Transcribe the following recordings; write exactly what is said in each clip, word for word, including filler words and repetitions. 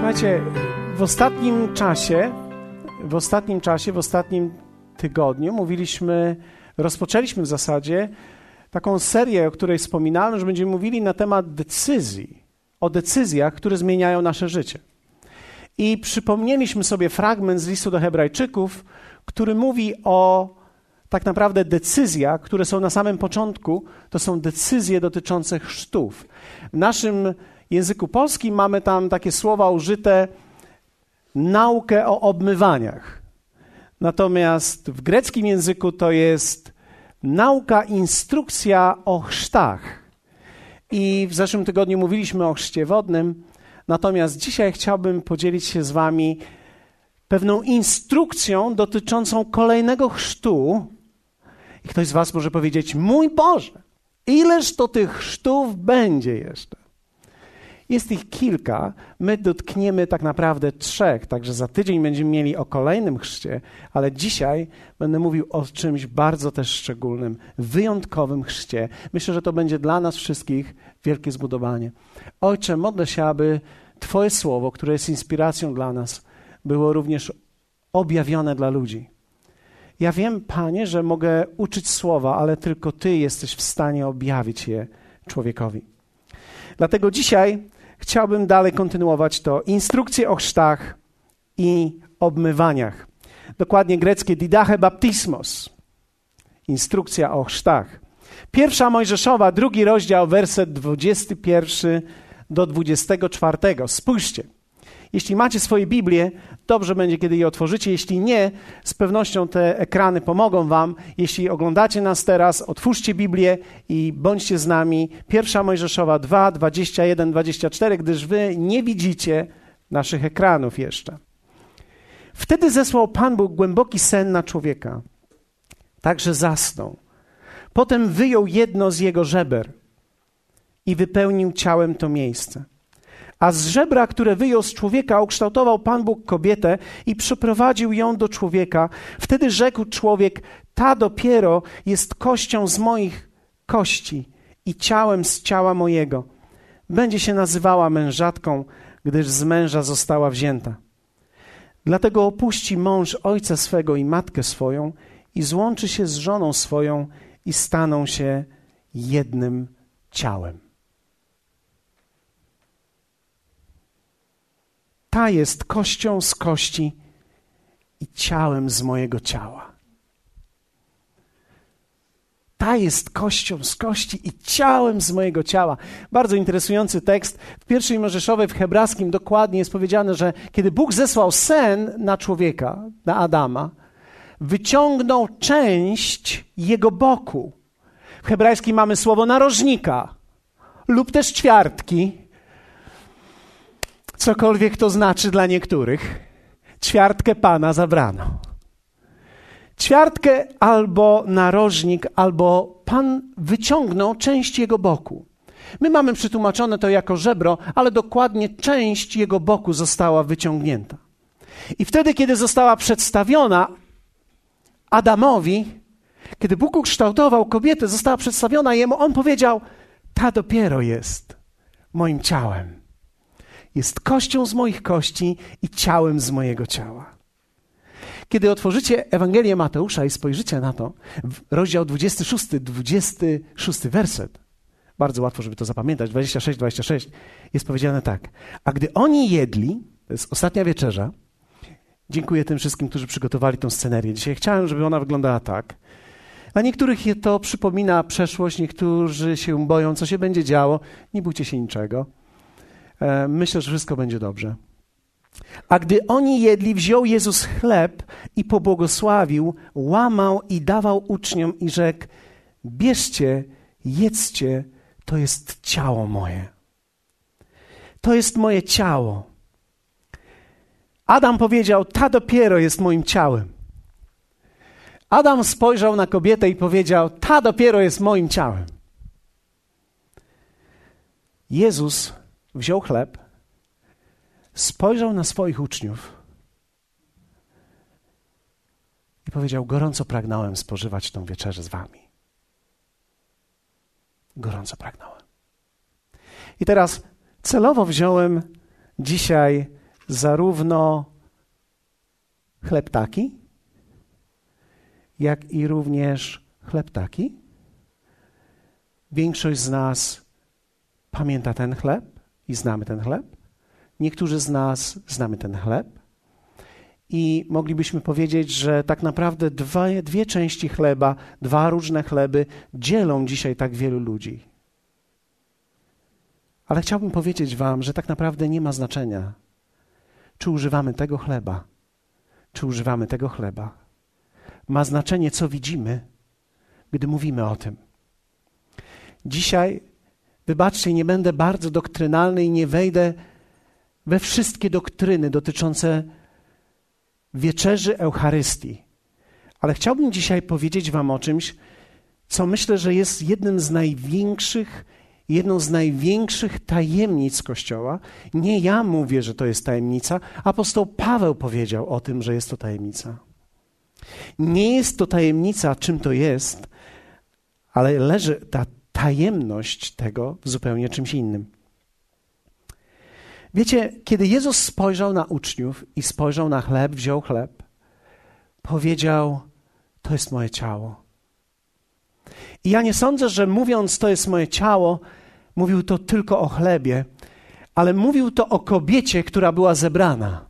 Słuchajcie, w ostatnim czasie, w ostatnim czasie, w ostatnim tygodniu mówiliśmy, rozpoczęliśmy w zasadzie taką serię, o której wspominałem, że będziemy mówili na temat decyzji, o decyzjach, które zmieniają nasze życie. I przypomnieliśmy sobie fragment z listu do Hebrajczyków, który mówi o tak naprawdę decyzjach, które są na samym początku, to są decyzje dotyczące chrztów. W naszym języku polskim mamy tam takie słowa użyte, naukę o obmywaniach. Natomiast w greckim języku to jest nauka, instrukcja o chrztach. I w zeszłym tygodniu mówiliśmy o chrzcie wodnym, natomiast dzisiaj chciałbym podzielić się z wami pewną instrukcją dotyczącą kolejnego chrztu. I ktoś z was może powiedzieć, mój Boże, ileż to tych chrztów będzie jeszcze? Jest ich kilka, my dotkniemy tak naprawdę trzech, także za tydzień będziemy mieli o kolejnym chrzcie, ale dzisiaj będę mówił o czymś bardzo też szczególnym, wyjątkowym chrzcie. Myślę, że to będzie dla nas wszystkich wielkie zbudowanie. Ojcze, modlę się, aby Twoje słowo, które jest inspiracją dla nas, było również objawione dla ludzi. Ja wiem, Panie, że mogę uczyć słowa, ale tylko Ty jesteś w stanie objawić je człowiekowi. Dlatego dzisiaj chciałbym dalej kontynuować to. Instrukcje o chrztach i obmywaniach. Dokładnie greckie didache baptismos. Instrukcja o chrztach. Pierwsza Mojżeszowa, drugi rozdział, werset dwudziesty pierwszy do dwudziestego czwartego. Spójrzcie. Jeśli macie swoje Biblię, dobrze będzie, kiedy je otworzycie. Jeśli nie, z pewnością te ekrany pomogą wam. Jeśli oglądacie nas teraz, otwórzcie Biblię i bądźcie z nami. Pierwsza Mojżeszowa dwa, dwadzieścia jeden, dwadzieścia cztery, gdyż wy nie widzicie naszych ekranów jeszcze. Wtedy zesłał Pan Bóg głęboki sen na człowieka, tak że zasnął. Potem wyjął jedno z jego żeber i wypełnił ciałem to miejsce. A z żebra, które wyjął z człowieka, ukształtował Pan Bóg kobietę i przyprowadził ją do człowieka. Wtedy rzekł człowiek, ta dopiero jest kością z moich kości i ciałem z ciała mojego. Będzie się nazywała mężatką, gdyż z męża została wzięta. Dlatego opuści mąż ojca swego i matkę swoją i złączy się z żoną swoją i staną się jednym ciałem. Ta jest kością z kości i ciałem z mojego ciała. Ta jest kością z kości i ciałem z mojego ciała. Bardzo interesujący tekst. W pierwszej Mojżeszowej, w hebrajskim dokładnie jest powiedziane, że kiedy Bóg zesłał sen na człowieka, na Adama, wyciągnął część jego boku. W hebrajskim mamy słowo narożnika lub też ćwiartki. Cokolwiek to znaczy dla niektórych, ćwiartkę Pana zabrano. Ćwiartkę albo narożnik, albo Pan wyciągnął część jego boku. My mamy przetłumaczone to jako żebro, ale dokładnie część jego boku została wyciągnięta. I wtedy, kiedy została przedstawiona Adamowi, kiedy Bóg ukształtował kobietę, została przedstawiona jemu, on powiedział, ta dopiero jest moim ciałem. Jest kością z moich kości i ciałem z mojego ciała. Kiedy otworzycie Ewangelię Mateusza i spojrzycie na to, rozdział dwudziesty szósty, dwudziesty szósty werset, bardzo łatwo, żeby to zapamiętać, dwadzieścia sześć, dwadzieścia sześć, jest powiedziane tak. A gdy oni jedli, to jest ostatnia wieczerza, dziękuję tym wszystkim, którzy przygotowali tę scenerię. Dzisiaj chciałem, żeby ona wyglądała tak. Dla niektórych to przypomina przeszłość, niektórzy się boją, co się będzie działo. Nie bójcie się niczego. Myślę, że wszystko będzie dobrze. A gdy oni jedli, wziął Jezus chleb i pobłogosławił, łamał i dawał uczniom i rzekł, bierzcie, jedzcie, to jest ciało moje. To jest moje ciało. Adam powiedział, ta dopiero jest moim ciałem. Adam spojrzał na kobietę i powiedział, ta dopiero jest moim ciałem. Jezus wziął chleb, spojrzał na swoich uczniów i powiedział, gorąco pragnąłem spożywać tą wieczerzę z wami. Gorąco pragnąłem. I teraz celowo wziąłem dzisiaj zarówno chleb taki, jak i również chleb taki. Większość z nas pamięta ten chleb i znamy ten chleb. Niektórzy z nas znamy ten chleb. I moglibyśmy powiedzieć, że tak naprawdę dwie, dwie części chleba, dwa różne chleby dzielą dzisiaj tak wielu ludzi. Ale chciałbym powiedzieć wam, że tak naprawdę nie ma znaczenia, czy używamy tego chleba, czy używamy tego chleba. Ma znaczenie, co widzimy, gdy mówimy o tym. Dzisiaj, wybaczcie, nie będę bardzo doktrynalny i nie wejdę we wszystkie doktryny dotyczące wieczerzy Eucharystii. Ale chciałbym dzisiaj powiedzieć wam o czymś, co myślę, że jest jednym z największych, jedną z największych tajemnic Kościoła. Nie ja mówię, że to jest tajemnica. Apostoł Paweł powiedział o tym, że jest to tajemnica. Nie jest to tajemnica, czym to jest, ale leży ta tajemność tego w zupełnie czymś innym. Wiecie, kiedy Jezus spojrzał na uczniów i spojrzał na chleb, wziął chleb, powiedział, to jest moje ciało. I ja nie sądzę, że mówiąc, to jest moje ciało, mówił to tylko o chlebie, ale mówił to o kobiecie, która była zebrana.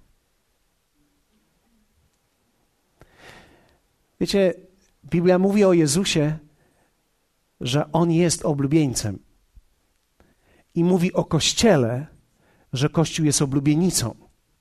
Wiecie, Biblia mówi o Jezusie, że On jest oblubieńcem. I mówi o Kościele, że Kościół jest oblubienicą.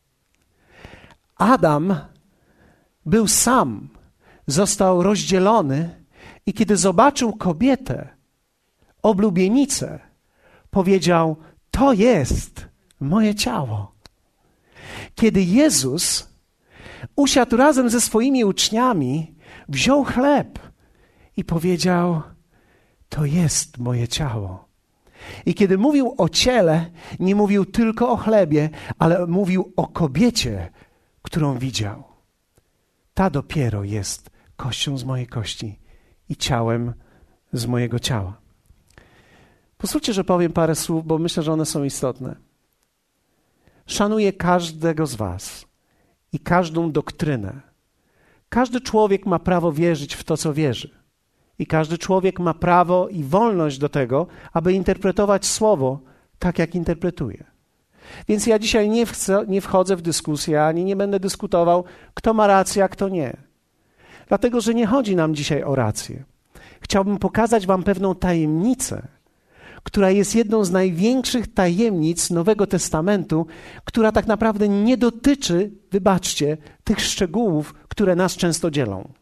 Adam był sam, został rozdzielony i kiedy zobaczył kobietę, oblubienicę, powiedział, to jest moje ciało. Kiedy Jezus usiadł razem ze swoimi uczniami, wziął chleb i powiedział, to jest moje ciało. I kiedy mówił o ciele, nie mówił tylko o chlebie, ale mówił o kobiecie, którą widział. Ta dopiero jest kością z mojej kości i ciałem z mojego ciała. Pozwólcie, że powiem parę słów, bo myślę, że one są istotne. Szanuję każdego z was i każdą doktrynę. Każdy człowiek ma prawo wierzyć w to, co wierzy. I każdy człowiek ma prawo i wolność do tego, aby interpretować Słowo tak, jak interpretuje. Więc ja dzisiaj nie, chcę, nie wchodzę w dyskusję, ani nie będę dyskutował, kto ma rację, a kto nie. Dlatego, że nie chodzi nam dzisiaj o rację. Chciałbym pokazać wam pewną tajemnicę, która jest jedną z największych tajemnic Nowego Testamentu, która tak naprawdę nie dotyczy, wybaczcie, tych szczegółów, które nas często dzielą.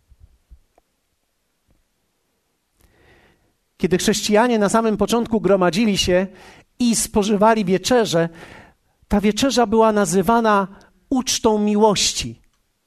Kiedy chrześcijanie na samym początku gromadzili się i spożywali wieczerzę, ta wieczerza była nazywana ucztą miłości.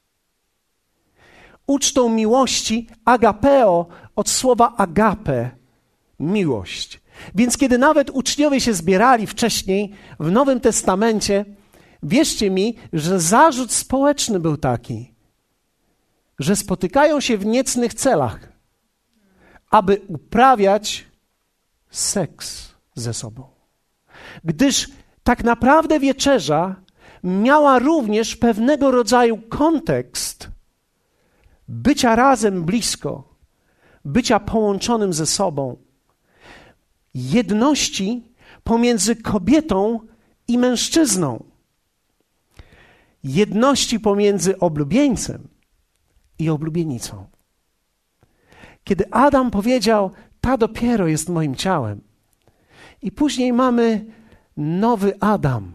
Ucztą miłości, agapeo, od słowa agape, miłość. Więc kiedy nawet uczniowie się zbierali wcześniej w Nowym Testamencie, wierzcie mi, że zarzut społeczny był taki, że spotykają się w niecnych celach, aby uprawiać seks ze sobą. Gdyż tak naprawdę wieczerza miała również pewnego rodzaju kontekst bycia razem blisko, bycia połączonym ze sobą, jedności pomiędzy kobietą i mężczyzną, jedności pomiędzy oblubieńcem i oblubienicą. Kiedy Adam powiedział, ta dopiero jest moim ciałem. I później mamy nowy Adam.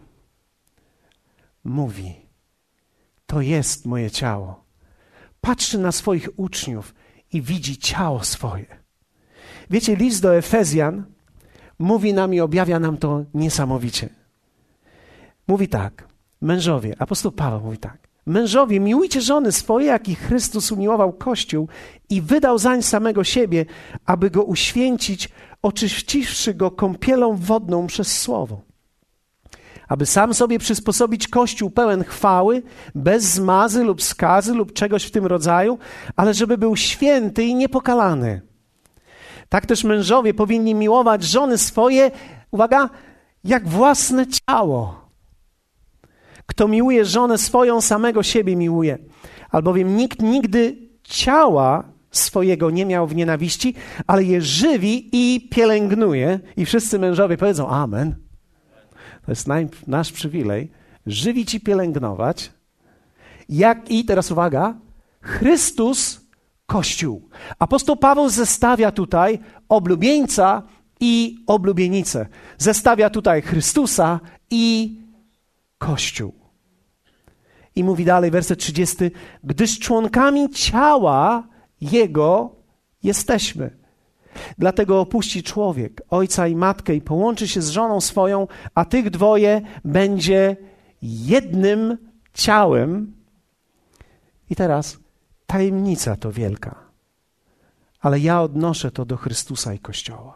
Mówi, to jest moje ciało. Patrzy na swoich uczniów i widzi ciało swoje. Wiecie, list do Efezjan mówi nam i objawia nam to niesamowicie. Mówi tak, mężowie, apostoł Paweł mówi tak. Mężowie, miłujcie żony swoje, jak i Chrystus umiłował Kościół i wydał zań samego siebie, aby go uświęcić, oczyściwszy go kąpielą wodną przez Słowo. Aby sam sobie przysposobić Kościół pełen chwały, bez zmazy lub skazy lub czegoś w tym rodzaju, ale żeby był święty i niepokalany. Tak też mężowie powinni miłować żony swoje, uwaga, jak własne ciało. Kto miłuje żonę swoją, samego siebie miłuje. Albowiem nikt nigdy ciała swojego nie miał w nienawiści, ale je żywi i pielęgnuje. I wszyscy mężowie powiedzą amen. To jest naj, nasz przywilej. Żywić i pielęgnować. Jak i, teraz uwaga, Chrystus Kościół. Apostoł Paweł zestawia tutaj oblubieńca i oblubienicę. Zestawia tutaj Chrystusa i Kościół. I mówi dalej, werset trzydziesty. Gdyż członkami ciała Jego jesteśmy. Dlatego opuści człowiek ojca i matkę i połączy się z żoną swoją, a tych dwoje będzie jednym ciałem. I teraz tajemnica to wielka, ale ja odnoszę to do Chrystusa i Kościoła.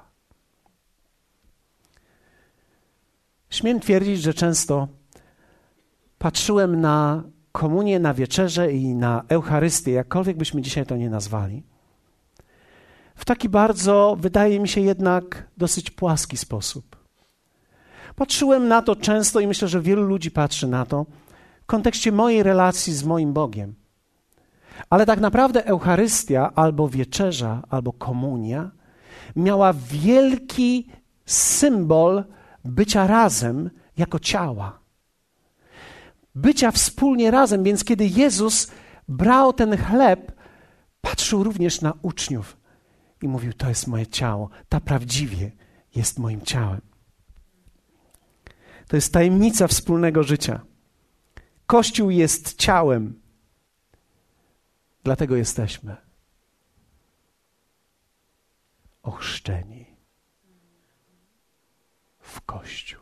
Śmiem twierdzić, że często patrzyłem na komunię, na wieczerzę i na Eucharystię, jakkolwiek byśmy dzisiaj to nie nazwali, w taki bardzo, wydaje mi się jednak, dosyć płaski sposób. Patrzyłem na to często i myślę, że wielu ludzi patrzy na to w kontekście mojej relacji z moim Bogiem. Ale tak naprawdę Eucharystia albo wieczerza, albo komunia miała wielki symbol bycia razem jako ciała. Bycia wspólnie razem, więc kiedy Jezus brał ten chleb, patrzył również na uczniów i mówił, to jest moje ciało, ta prawdziwie jest moim ciałem. To jest tajemnica wspólnego życia. Kościół jest ciałem, dlatego jesteśmy ochrzczeni w Kościół.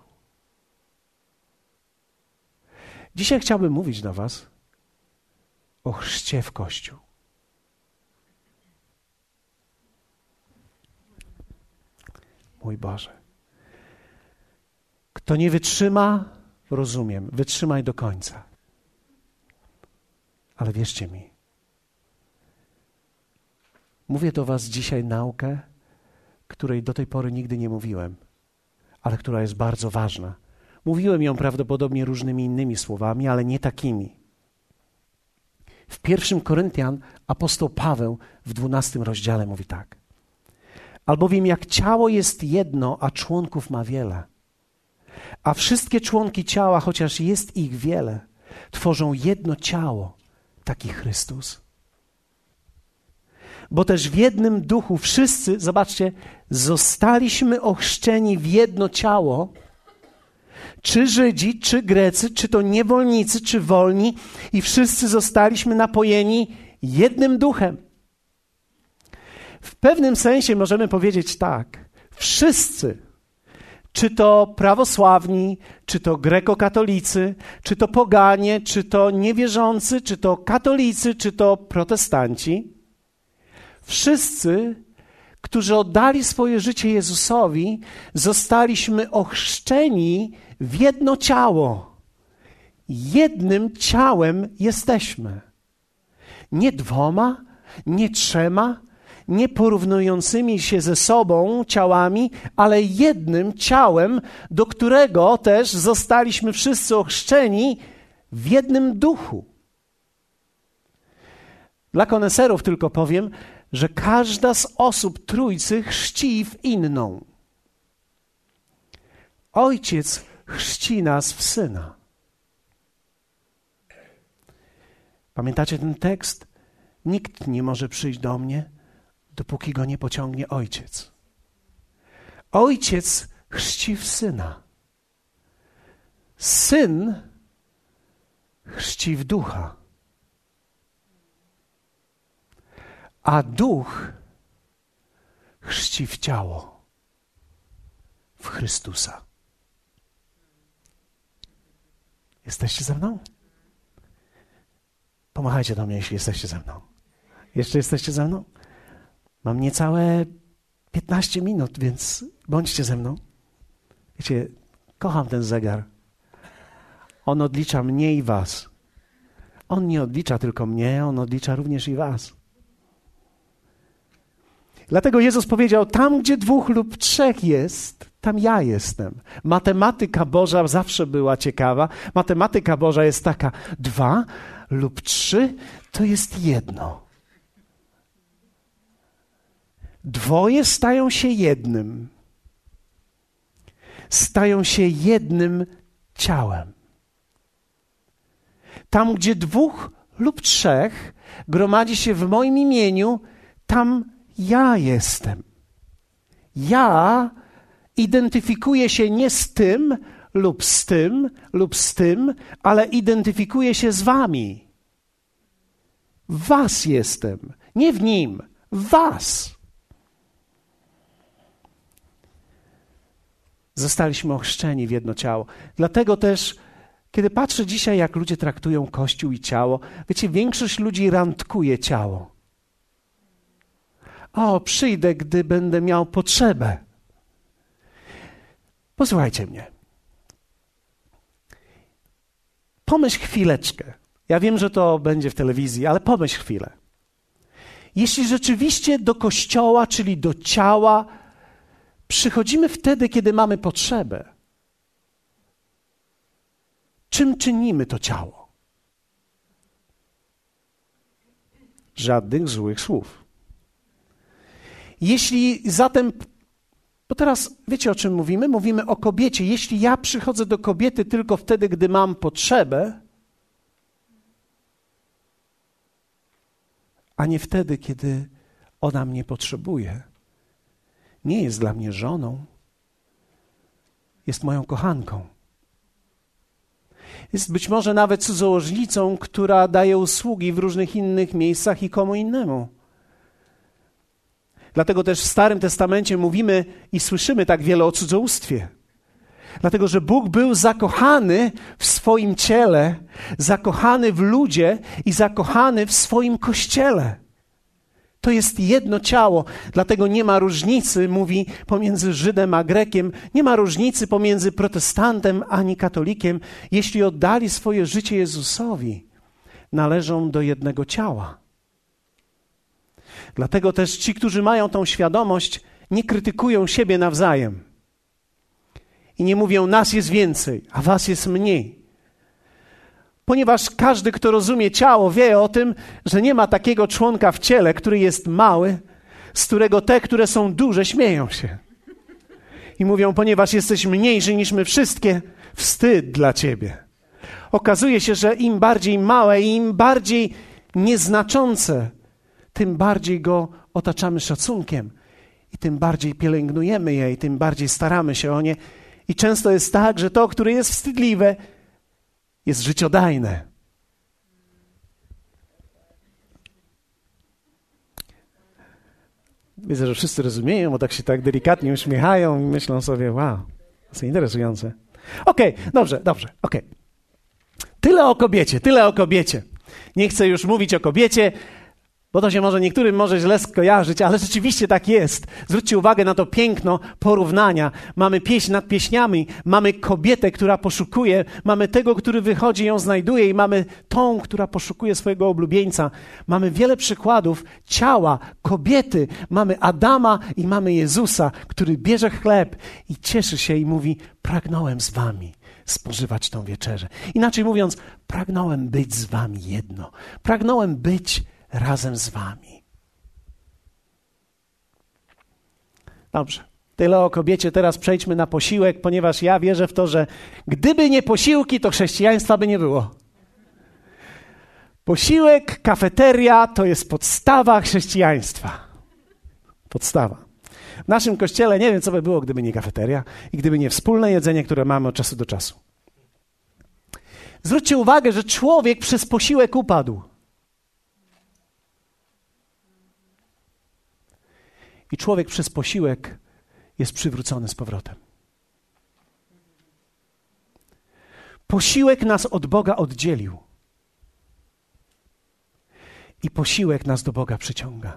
Dzisiaj chciałbym mówić do was o chrzcie w Kościół. Mój Boże. Kto nie wytrzyma, rozumiem, wytrzymaj do końca. Ale wierzcie mi, mówię do was dzisiaj naukę, której do tej pory nigdy nie mówiłem, ale która jest bardzo ważna. Mówiłem ją prawdopodobnie różnymi innymi słowami, ale nie takimi. W pierwszym Koryntian apostoł Paweł w dwunastym rozdziale mówi tak. Albowiem jak ciało jest jedno, a członków ma wiele, a wszystkie członki ciała, chociaż jest ich wiele, tworzą jedno ciało, taki Chrystus. Bo też w jednym duchu wszyscy, zobaczcie, zostaliśmy ochrzczeni w jedno ciało, czy Żydzi, czy Grecy, czy to niewolnicy, czy wolni, i wszyscy zostaliśmy napojeni jednym duchem. W pewnym sensie możemy powiedzieć tak, wszyscy, czy to prawosławni, czy to grekokatolicy, czy to poganie, czy to niewierzący, czy to katolicy, czy to protestanci, wszyscy, którzy oddali swoje życie Jezusowi, zostaliśmy ochrzczeni w jedno ciało. Jednym ciałem jesteśmy. Nie dwoma, nie trzema, nie porównującymi się ze sobą ciałami, ale jednym ciałem, do którego też zostaliśmy wszyscy ochrzczeni w jednym duchu. Dla koneserów tylko powiem, że każda z osób Trójcy chrzci w inną. Ojciec chrzci nas w Syna. Pamiętacie ten tekst? Nikt nie może przyjść do mnie, dopóki go nie pociągnie Ojciec. Ojciec chrzci w Syna. Syn chrzci w Ducha. A Duch chrzci w ciało, w Chrystusa. Jesteście ze mną? Pomachajcie do mnie, jeśli jesteście ze mną. Jeszcze jesteście ze mną? Mam niecałe piętnaście minut, więc bądźcie ze mną. Wiecie, kocham ten zegar. On odlicza mnie i was. On nie odlicza tylko mnie, on odlicza również i was. Dlatego Jezus powiedział, tam gdzie dwóch lub trzech jest, tam ja jestem. Matematyka Boża zawsze była ciekawa. Matematyka Boża jest taka, dwa lub trzy to jest jedno. Dwoje stają się jednym. Stają się jednym ciałem. Tam, gdzie dwóch lub trzech gromadzi się w moim imieniu, tam ja jestem. Ja identyfikuję się nie z tym lub z tym lub z tym, ale identyfikuję się z wami. W was jestem, nie w nim, w was. Zostaliśmy ochrzczeni w jedno ciało. Dlatego też, kiedy patrzę dzisiaj, jak ludzie traktują Kościół i ciało, wiecie, większość ludzi randkuje ciało. O, przyjdę, gdy będę miał potrzebę. Posłuchajcie mnie. Pomyśl chwileczkę. Ja wiem, że to będzie w telewizji, ale pomyśl chwilę. Jeśli rzeczywiście do Kościoła, czyli do ciała, przychodzimy wtedy, kiedy mamy potrzebę, czym czynimy to ciało? Żadnych złych słów. Jeśli zatem, bo teraz wiecie, o czym mówimy? Mówimy o kobiecie. Jeśli ja przychodzę do kobiety tylko wtedy, gdy mam potrzebę, a nie wtedy, kiedy ona mnie potrzebuje, nie jest dla mnie żoną, jest moją kochanką. Jest być może nawet cudzołożnicą, która daje usługi w różnych innych miejscach i komu innemu. Dlatego też w Starym Testamencie mówimy i słyszymy tak wiele o cudzołóstwie. Dlatego, że Bóg był zakochany w swoim ciele, zakochany w ludzie i zakochany w swoim Kościele. To jest jedno ciało, dlatego nie ma różnicy, mówi, pomiędzy Żydem a Grekiem, nie ma różnicy pomiędzy protestantem ani katolikiem. Jeśli oddali swoje życie Jezusowi, należą do jednego ciała. Dlatego też ci, którzy mają tą świadomość, nie krytykują siebie nawzajem. I nie mówią, nas jest więcej, a was jest mniej. Ponieważ każdy, kto rozumie ciało, wie o tym, że nie ma takiego członka w ciele, który jest mały, z którego te, które są duże, śmieją się. I mówią, ponieważ jesteś mniejszy niż my wszystkie, wstyd dla ciebie. Okazuje się, że im bardziej małe i im bardziej nieznaczące, tym bardziej go otaczamy szacunkiem i tym bardziej pielęgnujemy je i tym bardziej staramy się o nie. I często jest tak, że to, które jest wstydliwe, jest życiodajne. Widzę, że wszyscy rozumieją, bo tak się tak delikatnie uśmiechają i myślą sobie, wow, to jest interesujące. Okej, okay, dobrze, dobrze, okej. Okay. Tyle o kobiecie, tyle o kobiecie. Nie chcę już mówić o kobiecie, bo to się może niektórym może źle skojarzyć, ale rzeczywiście tak jest. Zwróćcie uwagę na to piękno porównania. Mamy pieśń nad pieśniami, mamy kobietę, która poszukuje, mamy tego, który wychodzi i ją znajduje i mamy tą, która poszukuje swojego oblubieńca. Mamy wiele przykładów ciała, kobiety, mamy Adama i mamy Jezusa, który bierze chleb i cieszy się i mówi, pragnąłem z wami spożywać tą wieczerzę. Inaczej mówiąc, pragnąłem być z wami jedno. Pragnąłem być razem z wami. Dobrze. Tyle o kobiecie. Teraz przejdźmy na posiłek, ponieważ ja wierzę w to, że gdyby nie posiłki, to chrześcijaństwa by nie było. Posiłek, kafeteria to jest podstawa chrześcijaństwa. Podstawa. W naszym kościele nie wiem, co by było, gdyby nie kafeteria i gdyby nie wspólne jedzenie, które mamy od czasu do czasu. Zwróćcie uwagę, że człowiek przez posiłek upadł. I człowiek przez posiłek jest przywrócony z powrotem. Posiłek nas od Boga oddzielił. I posiłek nas do Boga przyciąga.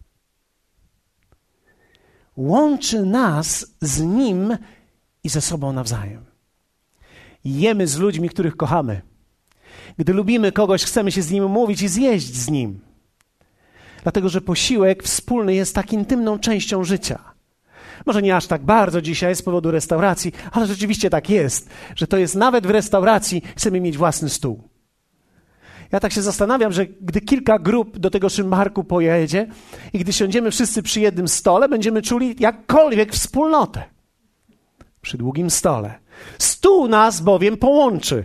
Łączy nas z Nim i ze sobą nawzajem. Jemy z ludźmi, których kochamy. Gdy lubimy kogoś, chcemy się z Nim umówić i zjeść z Nim. Dlatego, że posiłek wspólny jest tak intymną częścią życia. Może nie aż tak bardzo dzisiaj z powodu restauracji, ale rzeczywiście tak jest, że to jest nawet w restauracji chcemy mieć własny stół. Ja tak się zastanawiam, że gdy kilka grup do tego Szymbarku pojedzie i gdy siądziemy wszyscy przy jednym stole, będziemy czuli jakkolwiek wspólnotę. Przy długim stole. Stół nas bowiem połączy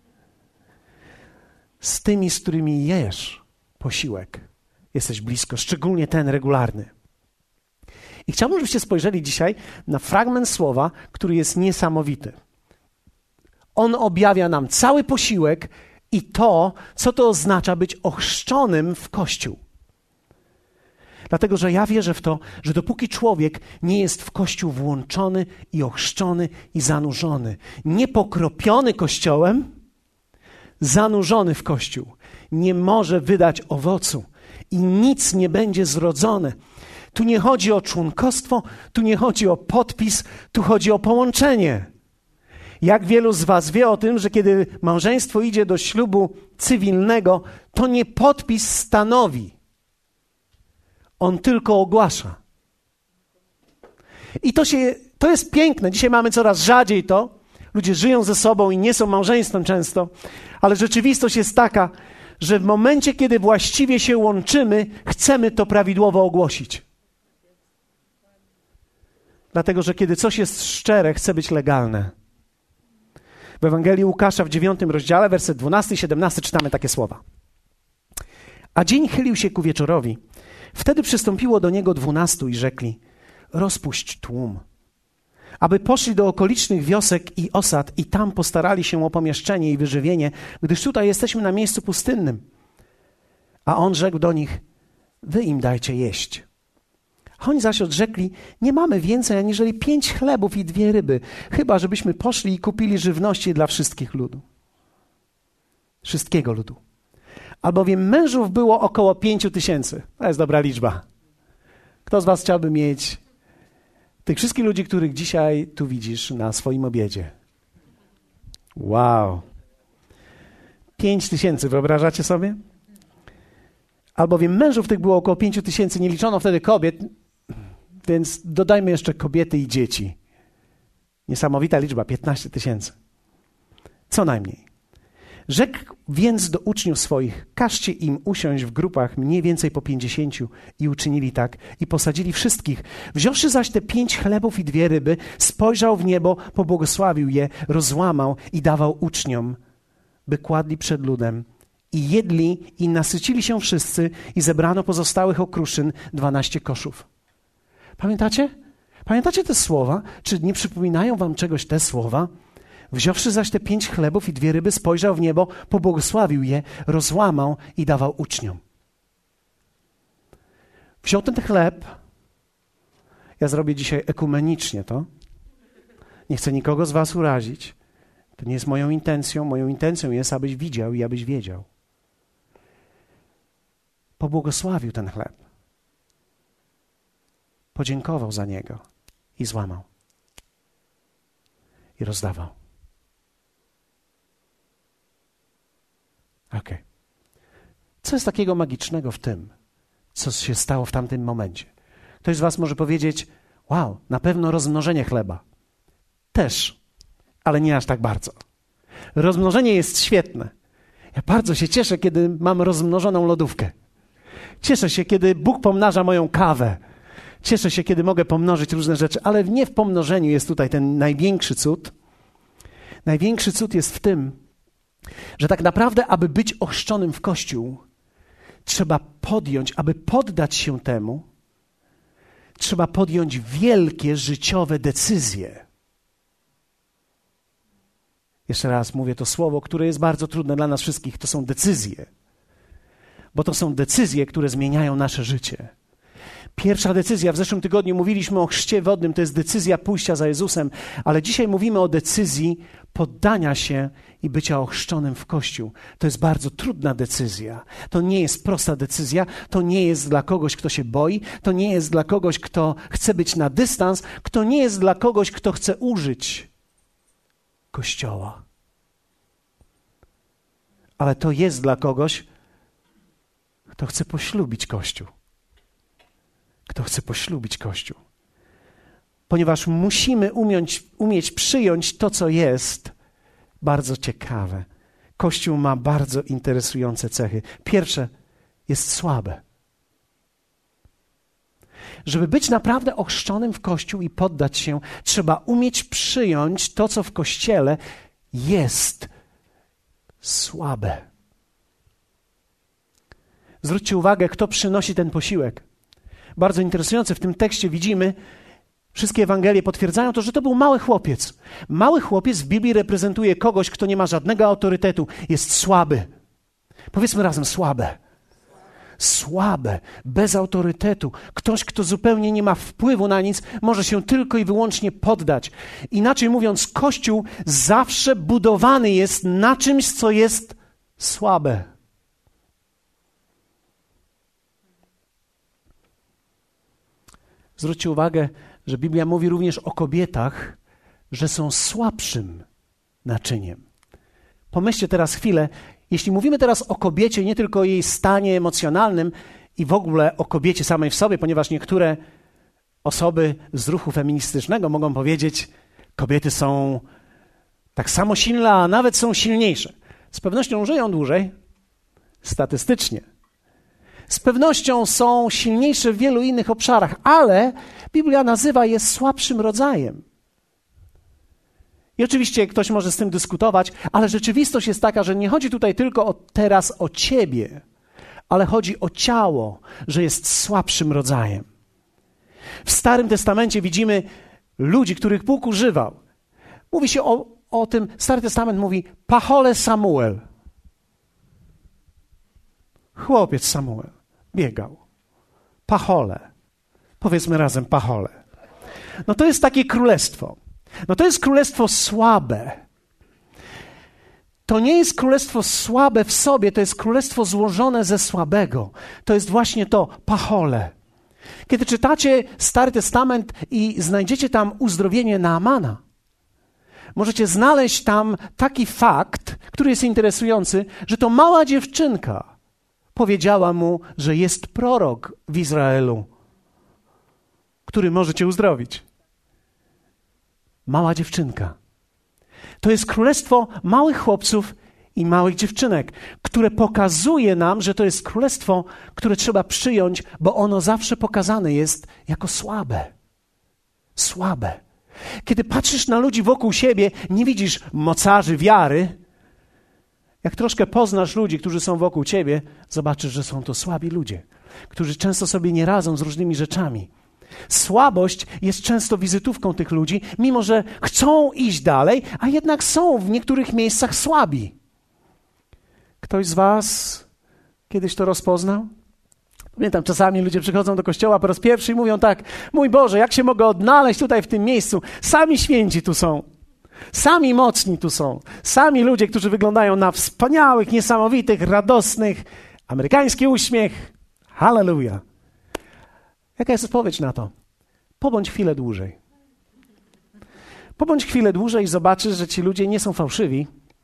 z tymi, z którymi jesz posiłek. Jesteś blisko, szczególnie ten regularny. I chciałbym, żebyście spojrzeli dzisiaj na fragment słowa, który jest niesamowity. On objawia nam cały posiłek i to, co to oznacza być ochrzczonym w Kościół. Dlatego, że ja wierzę w to, że dopóki człowiek nie jest w Kościół włączony i ochrzczony i zanurzony, nie pokropiony Kościołem, zanurzony w Kościół, nie może wydać owocu i nic nie będzie zrodzone. Tu nie chodzi o członkostwo, tu nie chodzi o podpis, tu chodzi o połączenie. Jak wielu z was wie o tym, że kiedy małżeństwo idzie do ślubu cywilnego, to nie podpis stanowi. On tylko ogłasza. I to, się, to jest piękne. Dzisiaj mamy coraz rzadziej to. Ludzie żyją ze sobą i nie są małżeństwem często. Ale rzeczywistość jest taka, że w momencie, kiedy właściwie się łączymy, chcemy to prawidłowo ogłosić. Dlatego, że kiedy coś jest szczere, chce być legalne. W Ewangelii Łukasza w dziewiątym rozdziale, werset dwunasty i siedemnasty czytamy takie słowa. A dzień chylił się ku wieczorowi. Wtedy przystąpiło do niego dwunastu i rzekli, rozpuść tłum, aby poszli do okolicznych wiosek i osad i tam postarali się o pomieszczenie i wyżywienie, gdyż tutaj jesteśmy na miejscu pustynnym. A on rzekł do nich, wy im dajcie jeść. A oni zaś odrzekli, nie mamy więcej aniżeli pięć chlebów i dwie ryby, chyba żebyśmy poszli i kupili żywności dla wszystkich ludu. Wszystkiego ludu. Albowiem mężów było około pięciu tysięcy. To jest dobra liczba. Kto z was chciałby mieć tych wszystkich ludzi, których dzisiaj tu widzisz na swoim obiedzie? Wow. Pięć tysięcy, wyobrażacie sobie? Albowiem mężów tych było około pięciu tysięcy, nie liczono wtedy kobiet, więc dodajmy jeszcze kobiety i dzieci. Niesamowita liczba, piętnaście tysięcy. Co najmniej. Rzekł więc do uczniów swoich, każcie im usiąść w grupach mniej więcej po pięćdziesięciu i uczynili tak i posadzili wszystkich. Wziąwszy zaś te pięć chlebów i dwie ryby, spojrzał w niebo, pobłogosławił je, rozłamał i dawał uczniom, by kładli przed ludem. I jedli i nasycili się wszyscy i zebrano pozostałych okruszyn dwanaście koszów. Pamiętacie? Pamiętacie te słowa? Czy nie przypominają wam czegoś te słowa? Wziąwszy zaś te pięć chlebów i dwie ryby, spojrzał w niebo, pobłogosławił je, rozłamał i dawał uczniom. Wziął ten chleb. Ja zrobię dzisiaj ekumenicznie to. Nie chcę nikogo z was urazić. To nie jest moją intencją. Moją intencją jest, abyś widział i abyś wiedział. Pobłogosławił ten chleb. Podziękował za niego i złamał. I rozdawał. Okej. Okay. Co jest takiego magicznego w tym, co się stało w tamtym momencie? Ktoś z was może powiedzieć, wow, na pewno rozmnożenie chleba. Też, ale nie aż tak bardzo. Rozmnożenie jest świetne. Ja bardzo się cieszę, kiedy mam rozmnożoną lodówkę. Cieszę się, kiedy Bóg pomnaża moją kawę. Cieszę się, kiedy mogę pomnożyć różne rzeczy, ale nie w pomnożeniu jest tutaj ten największy cud. Największy cud jest w tym, że tak naprawdę, aby być ochrzczonym w Kościół, trzeba podjąć, aby poddać się temu, trzeba podjąć wielkie życiowe decyzje. Jeszcze raz mówię to słowo, które jest bardzo trudne dla nas wszystkich. To są decyzje. Bo to są decyzje, które zmieniają nasze życie. Pierwsza decyzja, w zeszłym tygodniu mówiliśmy o chrzcie wodnym, to jest decyzja pójścia za Jezusem, ale dzisiaj mówimy o decyzji poddania się i bycia ochrzczonym w Kościół. To jest bardzo trudna decyzja. To nie jest prosta decyzja, to nie jest dla kogoś, kto się boi, to nie jest dla kogoś, kto chce być na dystans, to nie jest dla kogoś, kto chce użyć Kościoła. Ale to jest dla kogoś, kto chce poślubić Kościół. Kto chce poślubić Kościół. ponieważ musimy umieć, umieć przyjąć to, co jest bardzo ciekawe. Kościół ma bardzo interesujące cechy. Pierwsze, jest słabe. Żeby być naprawdę ochrzczonym w Kościół i poddać się, trzeba umieć przyjąć to, co w Kościele jest słabe. Zwróćcie uwagę, kto przynosi ten posiłek. Bardzo interesujące, w tym tekście widzimy, wszystkie Ewangelie potwierdzają to, że to był mały chłopiec. Mały chłopiec w Biblii reprezentuje kogoś, kto nie ma żadnego autorytetu, jest słaby. Powiedzmy razem, słabe. Słabe, bez autorytetu. Ktoś, kto zupełnie nie ma wpływu na nic, może się tylko i wyłącznie poddać. Inaczej mówiąc, Kościół zawsze budowany jest na czymś, co jest słabe. Zwróćcie uwagę, że Biblia mówi również o kobietach, że są słabszym naczyniem. Pomyślcie teraz chwilę, jeśli mówimy teraz o kobiecie, nie tylko o jej stanie emocjonalnym i w ogóle o kobiecie samej w sobie, ponieważ niektóre osoby z ruchu feministycznego mogą powiedzieć, kobiety są tak samo silne, a nawet są silniejsze. Z pewnością żyją dłużej, statystycznie. Z pewnością są silniejsze w wielu innych obszarach, ale Biblia nazywa je słabszym rodzajem. I oczywiście ktoś może z tym dyskutować, ale rzeczywistość jest taka, że nie chodzi tutaj tylko o teraz o ciebie, ale chodzi o ciało, że jest słabszym rodzajem. W Starym Testamencie widzimy ludzi, których Bóg używał. Mówi się o, o tym, Stary Testament mówi Pachole Samuel. Chłopiec Samuel biegał. Pachole. Powiedzmy razem Pachole. No to jest takie królestwo. No to jest królestwo słabe. To nie jest królestwo słabe w sobie, to jest królestwo złożone ze słabego. To jest właśnie to, Pachole. Kiedy czytacie Stary Testament i znajdziecie tam uzdrowienie Naamana, możecie znaleźć tam taki fakt, który jest interesujący, że to mała dziewczynka powiedziała mu, że jest prorok w Izraelu, który może cię uzdrowić. Mała dziewczynka. To jest królestwo małych chłopców i małych dziewczynek, które pokazuje nam, że to jest królestwo, które trzeba przyjąć, bo ono zawsze pokazane jest jako słabe. Słabe. Kiedy patrzysz na ludzi wokół siebie, nie widzisz mocarzy wiary. Jak troszkę poznasz ludzi, którzy są wokół ciebie, zobaczysz, że są to słabi ludzie, którzy często sobie nie radzą z różnymi rzeczami. Słabość jest często wizytówką tych ludzi, mimo że chcą iść dalej, a jednak są w niektórych miejscach słabi. Ktoś z was kiedyś to rozpoznał? Pamiętam, czasami ludzie przychodzą do kościoła po raz pierwszy i mówią tak, mój Boże, jak się mogę odnaleźć tutaj w tym miejscu? Sami święci tu są. Sami mocni tu są. Sami ludzie, którzy wyglądają na wspaniałych, niesamowitych, radosnych. Amerykański uśmiech. Halleluja. Jaka jest odpowiedź na to? Pobądź chwilę dłużej. Pobądź chwilę dłużej i zobaczysz, że ci ludzie nie są fałszywi,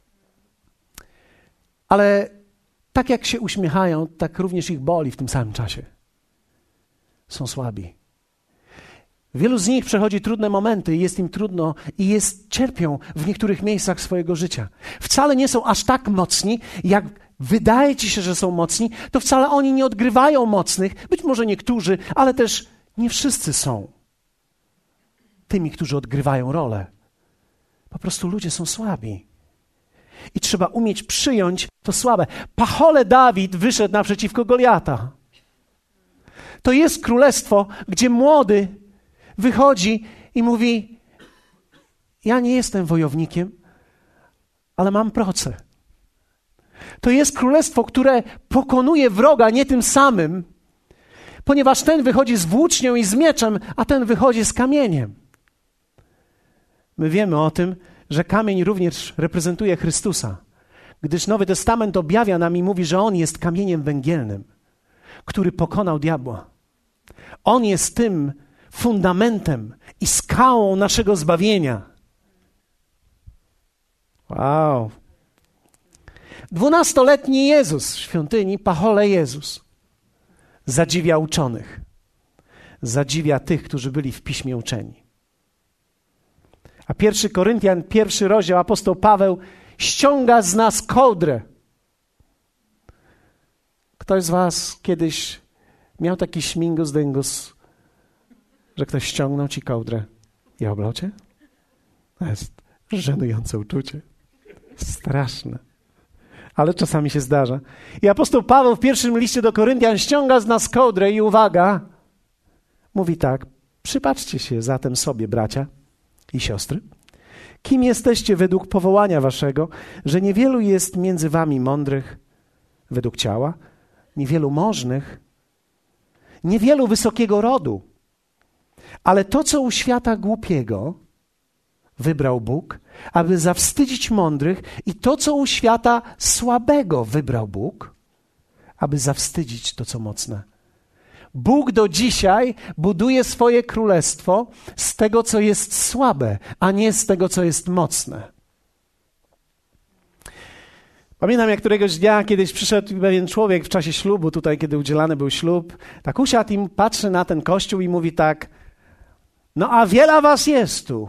ale tak jak się uśmiechają, tak również ich boli w tym samym czasie. Są słabi. Wielu z nich przechodzi trudne momenty i jest im trudno i jest, cierpią w niektórych miejscach swojego życia. Wcale nie są aż tak mocni, jak wydaje ci się, że są mocni, to wcale oni nie odgrywają mocnych, być może niektórzy, ale też nie wszyscy są tymi, którzy odgrywają rolę. Po prostu ludzie są słabi. I trzeba umieć przyjąć to słabe. Pachole Dawid wyszedł naprzeciwko Goliata. To jest królestwo, gdzie młody wychodzi i mówi, ja nie jestem wojownikiem, ale mam proce. To jest królestwo, które pokonuje wroga nie tym samym, ponieważ ten wychodzi z włócznią i z mieczem, a ten wychodzi z kamieniem. My wiemy o tym, że kamień również reprezentuje Chrystusa, gdyż Nowy Testament objawia nam i mówi, że On jest kamieniem węgielnym, który pokonał diabła. On jest tym fundamentem i skałą naszego zbawienia. Wow. Dwunastoletni Jezus w świątyni, Pachole Jezus, zadziwia uczonych, zadziwia tych, którzy byli w piśmie uczeni. A pierwszy Koryntian, pierwszy rozdział, apostoł Paweł ściąga z nas kołdrę. Ktoś z was kiedyś miał taki śmigus dyngus, że ktoś ściągnął ci kołdrę i oblał cię? To jest żenujące uczucie. Straszne. Ale czasami się zdarza. I apostoł Paweł w pierwszym liście do Koryntian ściąga z nas kołdrę i uwaga, mówi tak: przypatrzcie się zatem sobie, bracia i siostry, kim jesteście według powołania waszego, że niewielu jest między wami mądrych według ciała, niewielu możnych, niewielu wysokiego rodu. Ale to, co u świata głupiego wybrał Bóg, aby zawstydzić mądrych, i to, co u świata słabego wybrał Bóg, aby zawstydzić to, co mocne. Bóg do dzisiaj buduje swoje królestwo z tego, co jest słabe, a nie z tego, co jest mocne. Pamiętam, jak któregoś dnia kiedyś przyszedł pewien człowiek w czasie ślubu, tutaj, kiedy udzielany był ślub, tak usiadł i patrzy na ten kościół i mówi tak: no a wiele was jest tu.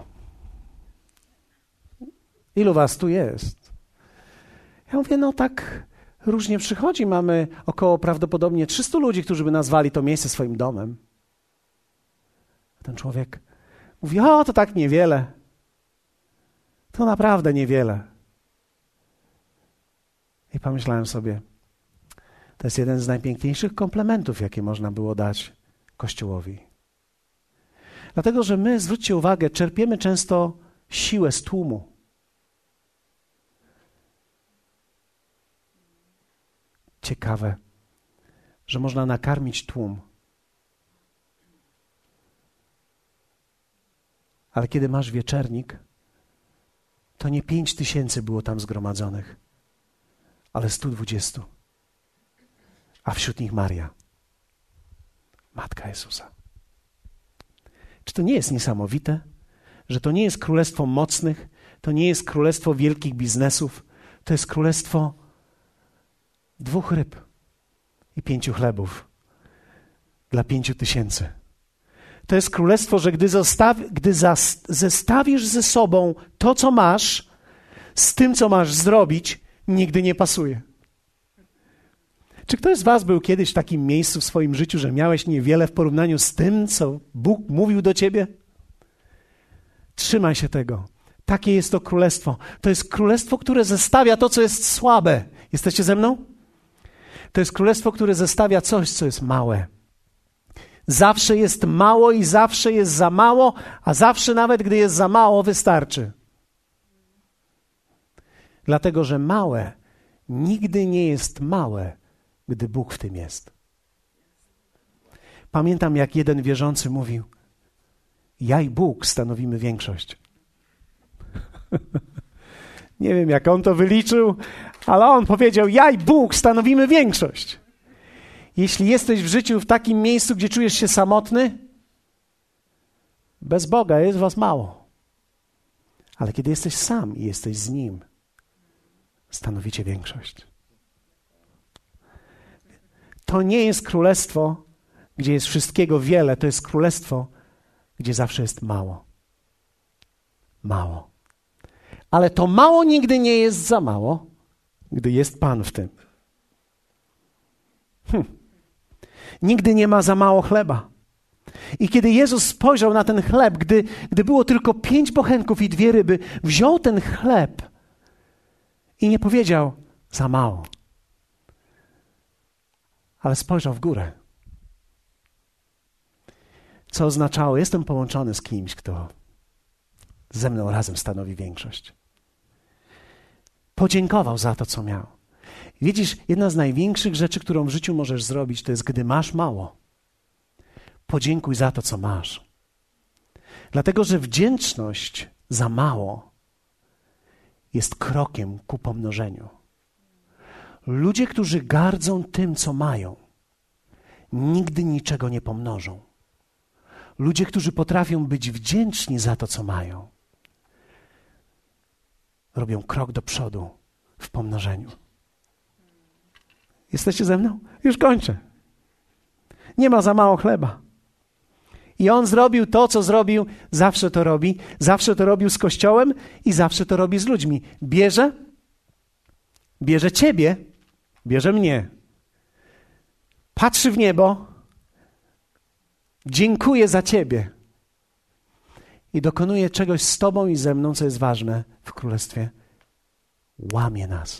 Ilu was tu jest? Ja mówię, no tak różnie przychodzi. Mamy około prawdopodobnie trzystu ludzi, którzy by nazwali to miejsce swoim domem. Ten człowiek mówi, o, to tak niewiele. To naprawdę niewiele. I pomyślałem sobie, to jest jeden z najpiękniejszych komplementów, jakie można było dać Kościołowi. Dlatego, że my, zwróćcie uwagę, czerpiemy często siłę z tłumu. Ciekawe, że można nakarmić tłum. Ale kiedy masz wieczernik, to nie pięć tysięcy było tam zgromadzonych, ale stu dwudziestu. A wśród nich Maria, Matka Jezusa. Czy to nie jest niesamowite, że to nie jest królestwo mocnych, to nie jest królestwo wielkich biznesów, to jest królestwo dwóch ryb i pięciu chlebów dla pięciu tysięcy. To jest królestwo, że gdy, zostaw, gdy zas, zestawisz ze sobą to, co masz, z tym, co masz zrobić, nigdy nie pasuje. Czy ktoś z was był kiedyś w takim miejscu w swoim życiu, że miałeś niewiele w porównaniu z tym, co Bóg mówił do ciebie? Trzymaj się tego. Takie jest to królestwo. To jest królestwo, które zestawia to, co jest słabe. Jesteście ze mną? To jest królestwo, które zestawia coś, co jest małe. Zawsze jest mało i zawsze jest za mało, a zawsze nawet gdy jest za mało, wystarczy. Dlatego, że małe nigdy nie jest małe, gdy Bóg w tym jest. Pamiętam, jak jeden wierzący mówił, ja i Bóg stanowimy większość. Nie wiem, jak on to wyliczył, ale on powiedział, ja i Bóg stanowimy większość. Jeśli jesteś w życiu w takim miejscu, gdzie czujesz się samotny, bez Boga jest was mało. Ale kiedy jesteś sam i jesteś z Nim, stanowicie większość. To nie jest królestwo, gdzie jest wszystkiego wiele. To jest królestwo, gdzie zawsze jest mało. Mało. Ale to mało nigdy nie jest za mało, gdy jest Pan w tym. Hm. Nigdy nie ma za mało chleba. I kiedy Jezus spojrzał na ten chleb, gdy, gdy było tylko pięć bochenków i dwie ryby, wziął ten chleb i nie powiedział za mało. Ale spojrzał w górę. Co oznaczało, jestem połączony z kimś, kto ze mną razem stanowi większość. Podziękował za to, co miał. Widzisz, jedna z największych rzeczy, którą w życiu możesz zrobić, to jest, gdy masz mało, podziękuj za to, co masz. Dlatego, że wdzięczność za mało jest krokiem ku pomnożeniu. Ludzie, którzy gardzą tym, co mają, nigdy niczego nie pomnożą. Ludzie, którzy potrafią być wdzięczni za to, co mają, robią krok do przodu w pomnożeniu. Jesteście ze mną? Już kończę. Nie ma za mało chleba. I On zrobił to, co zrobił, zawsze to robi, zawsze to robił z Kościołem i zawsze to robi z ludźmi. Bierze, bierze ciebie, bierze mnie. Patrzy w niebo, dziękuję za ciebie i dokonuje czegoś z tobą i ze mną, co jest ważne w Królestwie. Łamie nas.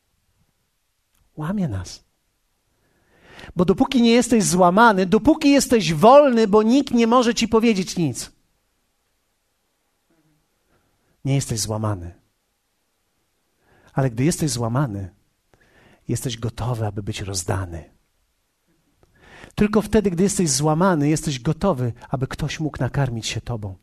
Łamie nas. Bo dopóki nie jesteś złamany, dopóki jesteś wolny, bo nikt nie może ci powiedzieć nic, nie jesteś złamany. Ale gdy jesteś złamany, jesteś gotowy, aby być rozdany. Tylko wtedy, gdy jesteś złamany, jesteś gotowy, aby ktoś mógł nakarmić się tobą.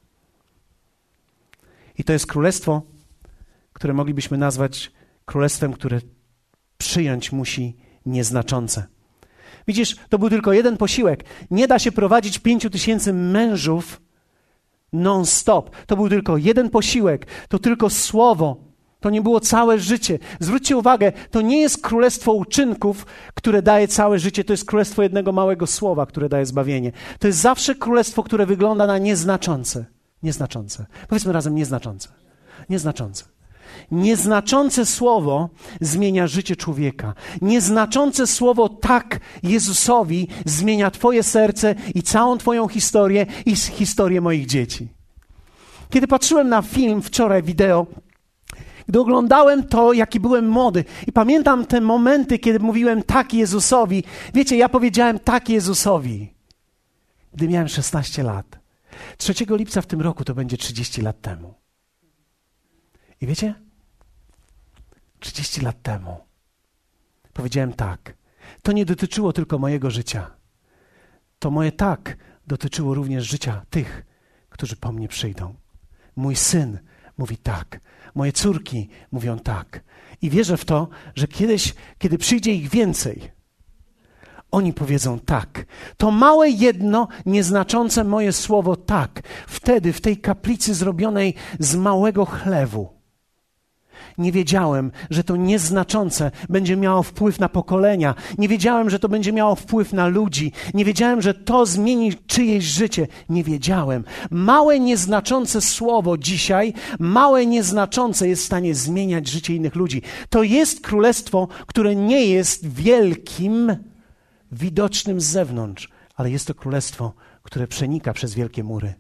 I to jest królestwo, które moglibyśmy nazwać królestwem, które przyjąć musi nieznaczące. Widzisz, to był tylko jeden posiłek. Nie da się prowadzić pięciu tysięcy mężów non-stop. To był tylko jeden posiłek. To tylko słowo. To nie było całe życie. Zwróćcie uwagę, to nie jest królestwo uczynków, które daje całe życie. To jest królestwo jednego małego słowa, które daje zbawienie. To jest zawsze królestwo, które wygląda na nieznaczące. Nieznaczące. Powiedzmy razem nieznaczące. Nieznaczące. Nieznaczące słowo zmienia życie człowieka. Nieznaczące słowo tak Jezusowi zmienia twoje serce i całą twoją historię i historię moich dzieci. Kiedy patrzyłem na film wczoraj, wideo, gdy oglądałem to, jaki byłem młody i pamiętam te momenty, kiedy mówiłem tak Jezusowi. Wiecie, ja powiedziałem tak Jezusowi, gdy miałem szesnaście lat. trzeciego lipca w tym roku to będzie trzydzieści lat temu. I wiecie? trzydzieści lat temu powiedziałem tak. To nie dotyczyło tylko mojego życia. To moje tak dotyczyło również życia tych, którzy po mnie przyjdą. Mój syn mówi tak. Moje córki mówią tak. I wierzę w to, że kiedyś, kiedy przyjdzie ich więcej, oni powiedzą tak. To małe jedno, nieznaczące moje słowo tak. Wtedy w tej kaplicy zrobionej z małego chlewu nie wiedziałem, że to nieznaczące będzie miało wpływ na pokolenia. Nie wiedziałem, że to będzie miało wpływ na ludzi. Nie wiedziałem, że to zmieni czyjeś życie. Nie wiedziałem. Małe, nieznaczące słowo dzisiaj, małe, nieznaczące jest w stanie zmieniać życie innych ludzi. To jest królestwo, które nie jest wielkim, widocznym z zewnątrz, ale jest to królestwo, które przenika przez wielkie mury.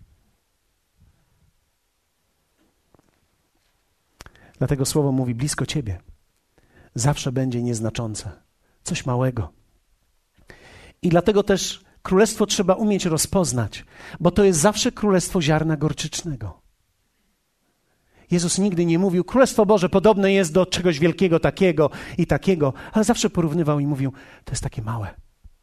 Dlatego słowo mówi blisko ciebie. Zawsze będzie nieznaczące. Coś małego. I dlatego też królestwo trzeba umieć rozpoznać, bo to jest zawsze królestwo ziarna gorczycznego. Jezus nigdy nie mówił, Królestwo Boże podobne jest do czegoś wielkiego, takiego i takiego, ale zawsze porównywał i mówił, to jest takie małe,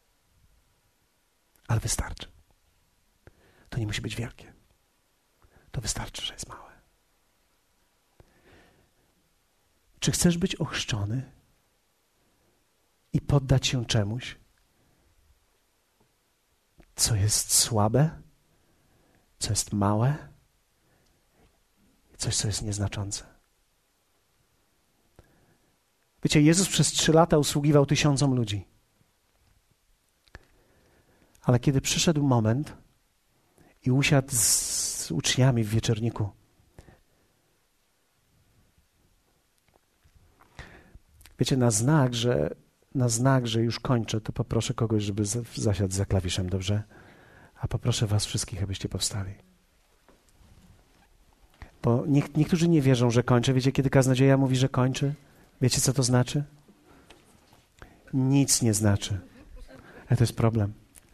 ale wystarczy. To nie musi być wielkie. To wystarczy, że jest małe. Czy chcesz być ochrzczony i poddać się czemuś, co jest słabe, co jest małe, coś, co jest nieznaczące? Wiecie, Jezus przez trzy lata usługiwał tysiącom ludzi. Ale kiedy przyszedł moment i usiadł z uczniami w wieczorniku, wiecie, na znak, że, na znak, że już kończę, to poproszę kogoś, żeby zasiadł za klawiszem, dobrze? A poproszę was wszystkich, abyście powstali. Bo nie, niektórzy nie wierzą, że kończę. Wiecie, kiedy kaznodzieja mówi, że kończy? Wiecie, co to znaczy? Nic nie znaczy. Ale to jest problem.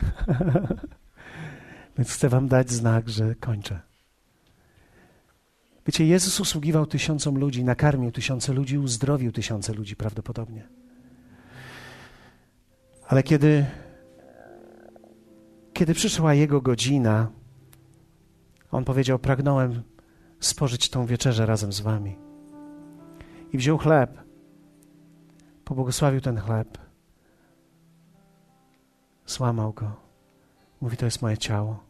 Więc chcę wam dać znak, że kończę. Wiecie, Jezus usługiwał tysiącom ludzi, nakarmił tysiące ludzi, uzdrowił tysiące ludzi prawdopodobnie. Ale kiedy, kiedy przyszła Jego godzina, On powiedział, pragnąłem spożyć tą wieczerzę razem z wami. I wziął chleb, pobłogosławił ten chleb, złamał go. Mówi, to jest moje ciało.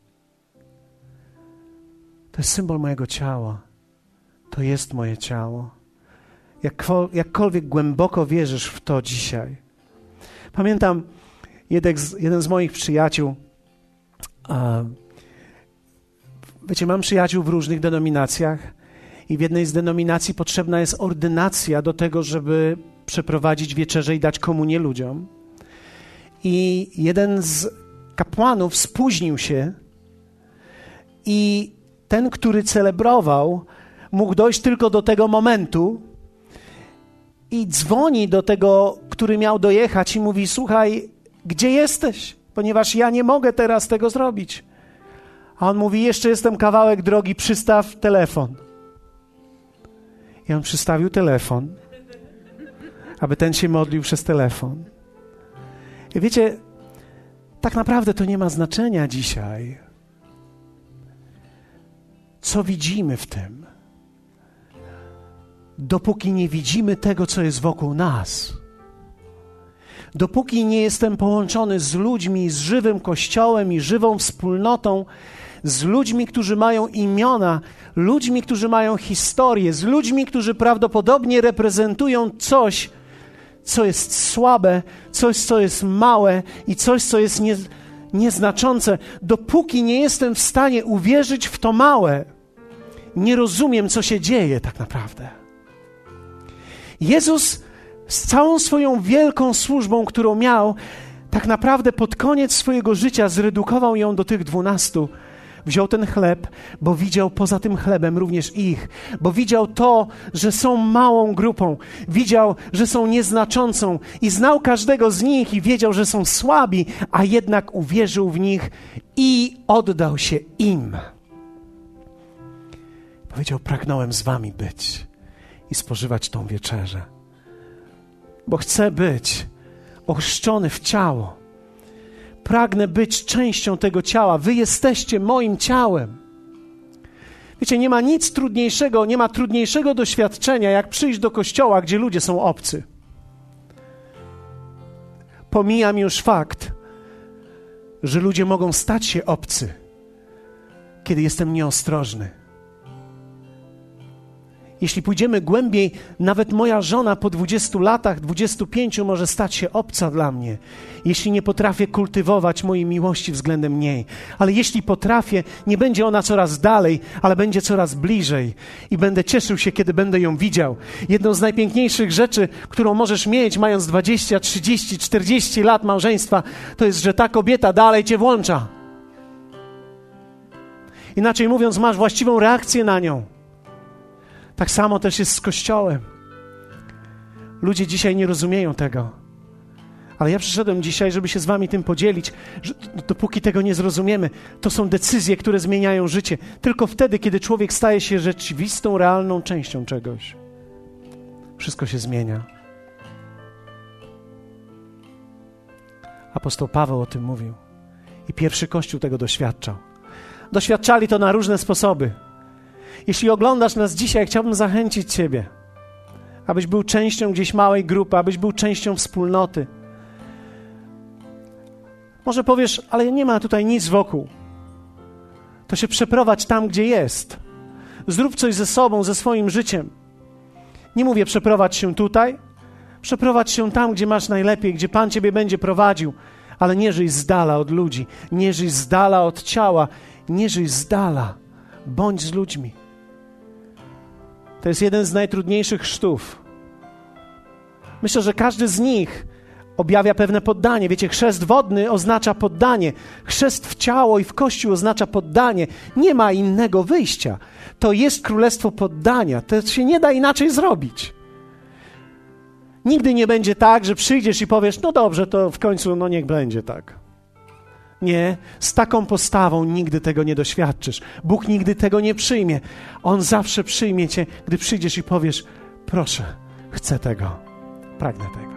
To jest symbol mojego ciała. To jest moje ciało. Jakko, jakkolwiek głęboko wierzysz w to dzisiaj. Pamiętam, jeden z, jeden z moich przyjaciół A, wiecie, mam przyjaciół w różnych denominacjach i w jednej z denominacji potrzebna jest ordynacja do tego, żeby przeprowadzić wieczerzę i dać komunię ludziom. I jeden z kapłanów spóźnił się i ten, który celebrował, mógł dojść tylko do tego momentu i dzwoni do tego, który miał dojechać i mówi: słuchaj, gdzie jesteś? Ponieważ ja nie mogę teraz tego zrobić. A on mówi: jeszcze jestem kawałek drogi, przystaw telefon. I on przystawił telefon, aby ten się modlił przez telefon. I wiecie, tak naprawdę to nie ma znaczenia dzisiaj, co widzimy w tym, dopóki nie widzimy tego, co jest wokół nas. Dopóki nie jestem połączony z ludźmi, z żywym Kościołem i żywą wspólnotą, z ludźmi, którzy mają imiona, ludźmi, którzy mają historię, z ludźmi, którzy prawdopodobnie reprezentują coś, co jest słabe, coś, co jest małe i coś, co jest nie, nieznaczące. Dopóki nie jestem w stanie uwierzyć w to małe, nie rozumiem, co się dzieje tak naprawdę. Jezus z całą swoją wielką służbą, którą miał, tak naprawdę pod koniec swojego życia zredukował ją do tych dwunastu. Wziął ten chleb, bo widział poza tym chlebem również ich, bo widział to, że są małą grupą, widział, że są nieznaczącą i znał każdego z nich i wiedział, że są słabi, a jednak uwierzył w nich i oddał się im. Powiedział: pragnąłem z wami być i spożywać tą wieczerzę, bo chcę być ochrzczony w ciało. Pragnę być częścią tego ciała. Wy jesteście moim ciałem. Wiecie, nie ma nic trudniejszego, nie ma trudniejszego doświadczenia, jak przyjść do kościoła, gdzie ludzie są obcy. Pomijam już fakt, że ludzie mogą stać się obcy, kiedy jestem nieostrożny. Jeśli pójdziemy głębiej, nawet moja żona po dwudziestu latach, dwudziestu pięciu może stać się obca dla mnie, jeśli nie potrafię kultywować mojej miłości względem niej. Ale jeśli potrafię, nie będzie ona coraz dalej, ale będzie coraz bliżej i będę cieszył się, kiedy będę ją widział. Jedną z najpiękniejszych rzeczy, którą możesz mieć, mając dwadzieścia, trzydzieści, czterdzieści lat małżeństwa, to jest, że ta kobieta dalej cię włącza. Inaczej mówiąc, masz właściwą reakcję na nią. Tak samo też jest z Kościołem. Ludzie dzisiaj nie rozumieją tego. Ale ja przyszedłem dzisiaj, żeby się z wami tym podzielić, że dopóki tego nie zrozumiemy, to są decyzje, które zmieniają życie. Tylko wtedy, kiedy człowiek staje się rzeczywistą, realną częścią czegoś, wszystko się zmienia. Apostoł Paweł o tym mówił. I pierwszy Kościół tego doświadczał. Doświadczali to na różne sposoby. Jeśli oglądasz nas dzisiaj, chciałbym zachęcić ciebie, abyś był częścią gdzieś małej grupy, abyś był częścią wspólnoty. Może powiesz: ale nie ma tutaj nic wokół. To się przeprowadź tam, gdzie jest. Zrób coś ze sobą, ze swoim życiem. Nie mówię przeprowadź się tutaj, przeprowadź się tam, gdzie masz najlepiej, gdzie Pan ciebie będzie prowadził, ale nie żyj z dala od ludzi, nie żyj z dala od ciała, nie żyj z dala, bądź z ludźmi. To jest jeden z najtrudniejszych chrztów. Myślę, że każdy z nich objawia pewne poddanie. Wiecie, chrzest wodny oznacza poddanie. Chrzest w ciało i w Kościół oznacza poddanie. Nie ma innego wyjścia. To jest królestwo poddania. To się nie da inaczej zrobić. Nigdy nie będzie tak, że przyjdziesz i powiesz: no dobrze, to w końcu no niech będzie tak. Nie, z taką postawą nigdy tego nie doświadczysz. Bóg nigdy tego nie przyjmie. On zawsze przyjmie cię, gdy przyjdziesz i powiesz: proszę, chcę tego, pragnę tego.